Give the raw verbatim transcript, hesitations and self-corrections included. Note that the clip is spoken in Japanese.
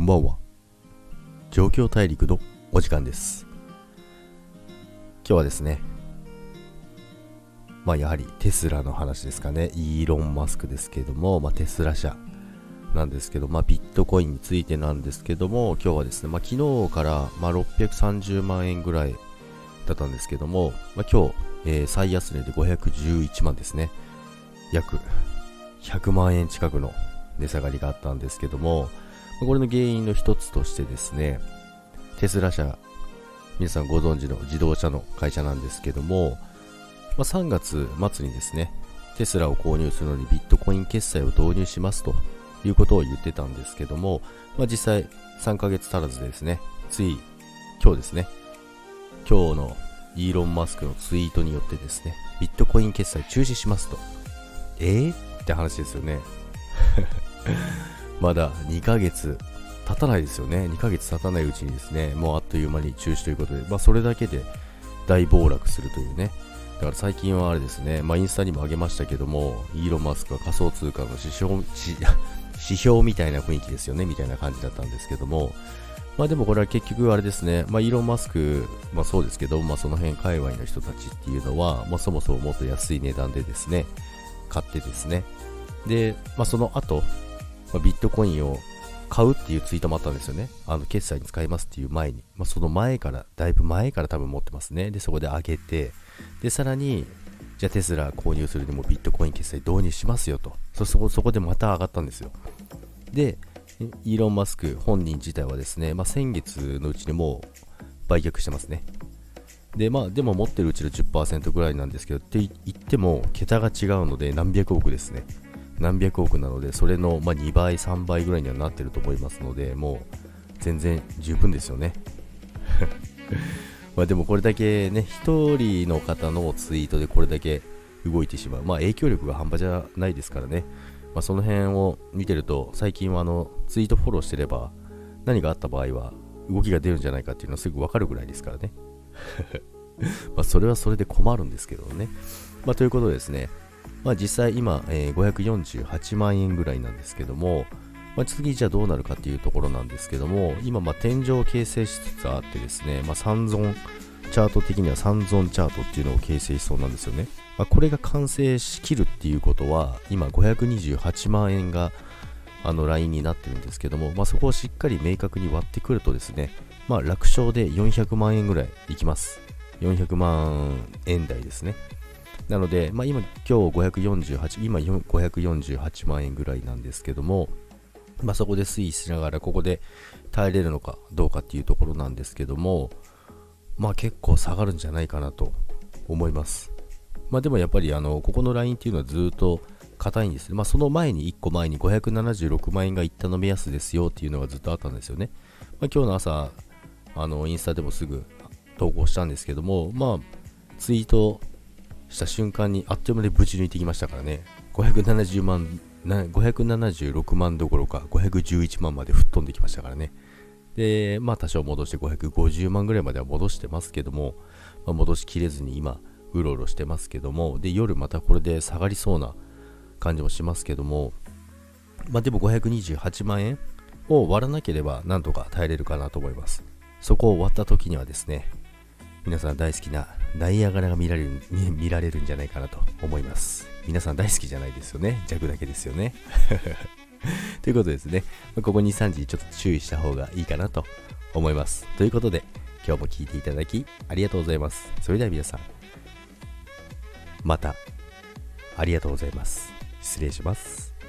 ばんは。状況大陸のお時間です。今日はですね、まあやはりテスラの話ですかね。イーロン・マスクですけども、まあ、テスラ社なんですけど、まあ、ビットコインについてなんですけども、今日はですね、まあ、昨日からまあろっぴゃくさんじゅうまんえんぐらいだったんですけども、まあ、今日、えー、最安値でごひゃくじゅういちまんですね。約ひゃくまんえん近くの値下がりがあったんですけども、これの原因の一つとしてですね、テスラ社、皆さんご存知の自動車の会社なんですけども、まあ、さんがつ末にですね、テスラを購入するのにビットコイン決済を導入しますということを言ってたんですけども、まあ、実際さんかげつ足らずでですね、つい今日ですね、今日のイーロン・マスクのツイートによってですね、ビットコイン決済中止しますと。えーって話ですよね。まだにかげつ経たないですよね。にかげつ経たないうちにですね、もうあっという間に中止ということで、まあそれだけで大暴落するというね。だから最近はあれですね、まあインスタにも上げましたけども、イーロン・マスクは仮想通貨の指標、指標みたいな雰囲気ですよね、みたいな感じだったんですけども、まあでもこれは結局あれですね、まあイーロン・マスク、まあそうですけど、まあその辺界隈の人たちっていうのは、まあそもそももっと安い値段でですね、買ってですね、で、まあその後、まあ、ビットコインを買うっていうツイートもあったんですよね。あの決済に使いますっていう前に、まあ、その前からだいぶ前から多分持ってますね。でそこで上げて、でさらにじゃあテスラ購入するにもビットコイン決済導入しますよと、そそこそこでまた上がったんですよ。でイーロン・マスク本人自体はですね、まあ、先月のうちにもう売却してますね。でまあでも持ってるうちの じゅっパーセント ぐらいなんですけど、って言っても桁が違うので何百億ですね。何百億なので、それのまあにばいさんばいぐらいにはなってると思いますので、もう全然十分ですよね。まあでもこれだけね、一人の方のツイートでこれだけ動いてしまう、まあ影響力が半端じゃないですからね。まあその辺を見てると、最近はあのツイートフォローしてれば何があった場合は動きが出るんじゃないかっていうのはすぐわかるぐらいですからね。まあそれはそれで困るんですけどね。まあということでですね、まあ実際今、えー、ごひゃくよんじゅうはちまんえんぐらいなんですけども、まあ、次じゃあどうなるかっていうところなんですけども、今まあ天井を形成しつつあってですね、まあ三尊チャート的には三尊チャートっていうのを形成しそうなんですよね。まあ、これが完成しきるっていうことは、今ごひゃくにじゅうはちまんえんがあのラインになってるんですけども、まあ、そこをしっかり明確に割ってくるとですね、まあ楽勝でよんひゃくまんえんぐらいいきます。よんひゃくまんえん台ですね。なので、まあ、今、今日ごひゃくよんじゅうはち、今ごひゃくよんじゅうはちまんえんぐらいなんですけども、まあ、そこで推移しながら、ここで耐えれるのかどうかっていうところなんですけども、まあ結構下がるんじゃないかなと思います。まあでもやっぱり、あの、ここのラインっていうのはずっと硬いんですね。まあその前にいっこまえにごひゃくななじゅうろくまんえんが一旦の目安ですよっていうのがずっとあったんですよね。まあ今日の朝、あの、インスタでもすぐ投稿したんですけども、まあ、ツイートした瞬間にあっという間でぶち抜いてきましたからね。ごひゃくななじゅうまん、ごひゃくななじゅうろくまんどころかごひゃくじゅういちまんまで吹っ飛んできましたからね。で、まあ多少戻してごひゃくごじゅうまんぐらいまでは戻してますけども、まあ、戻しきれずに今うろうろしてますけども、で夜またこれで下がりそうな感じもしますけども、まあでもごひゃくにじゅうはちまんえんを割らなければなんとか耐えれるかなと思います。そこを割った時にはですね、皆さん大好きなナイアガラが見られる、見られるんじゃないかなと思います。皆さん大好きじゃないですよね。弱だけですよね。ということですね。ここに、さんじちょっと注意した方がいいかなと思います。ということで、今日も聞いていただきありがとうございます。それでは皆さん、またありがとうございます。失礼します。